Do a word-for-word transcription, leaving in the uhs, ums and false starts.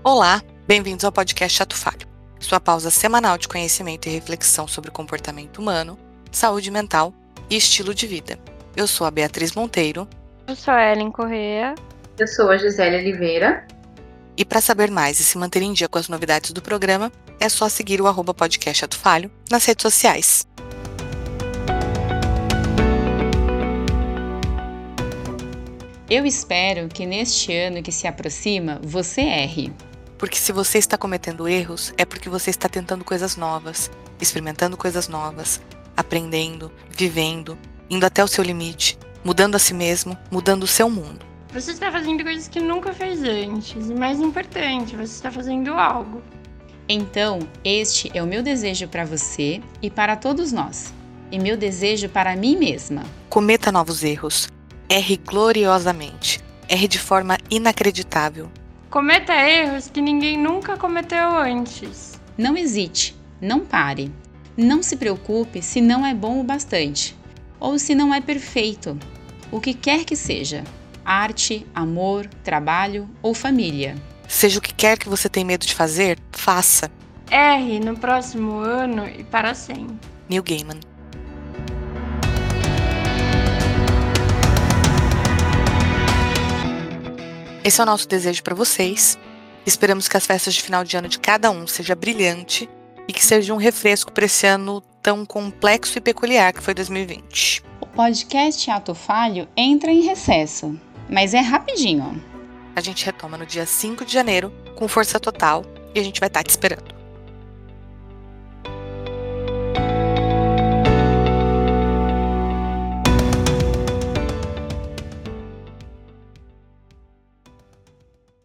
Olá, bem-vindos ao podcast Ato Falho, sua pausa semanal de conhecimento e reflexão sobre comportamento humano, saúde mental e estilo de vida. Eu sou a Beatriz Monteiro. Eu sou a Ellen Corrêa. Eu sou a Gisele Oliveira. E para saber mais e se manter em dia com as novidades do programa, é só seguir o arroba podcast Ato Falho nas redes sociais. Eu espero que neste ano que se aproxima, você erre. Porque se você está cometendo erros, é porque você está tentando coisas novas, experimentando coisas novas, aprendendo, vivendo, indo até o seu limite, mudando a si mesmo, mudando o seu mundo. Você está fazendo coisas que nunca fez antes. E mais importante, você está fazendo algo. Então, este é o meu desejo para você e para todos nós. E meu desejo para mim mesma. Cometa novos erros. Erre gloriosamente. Erre de forma inacreditável. Cometa erros que ninguém nunca cometeu antes. Não hesite, não pare. Não se preocupe se não é bom o bastante. Ou se não é perfeito. O que quer que seja. Arte, amor, trabalho ou família. Seja o que quer que você tenha medo de fazer, faça. Erre no próximo ano e para sempre. Neil Gaiman. Esse é o nosso desejo para vocês. Esperamos que as festas de final de ano de cada um seja brilhante e que seja um refresco para esse ano tão complexo e peculiar que foi dois mil e vinte. O podcast Ato Falho entra em recesso, mas é rapidinho. A gente retoma no dia cinco de janeiro, com força total, e a gente vai estar te esperando.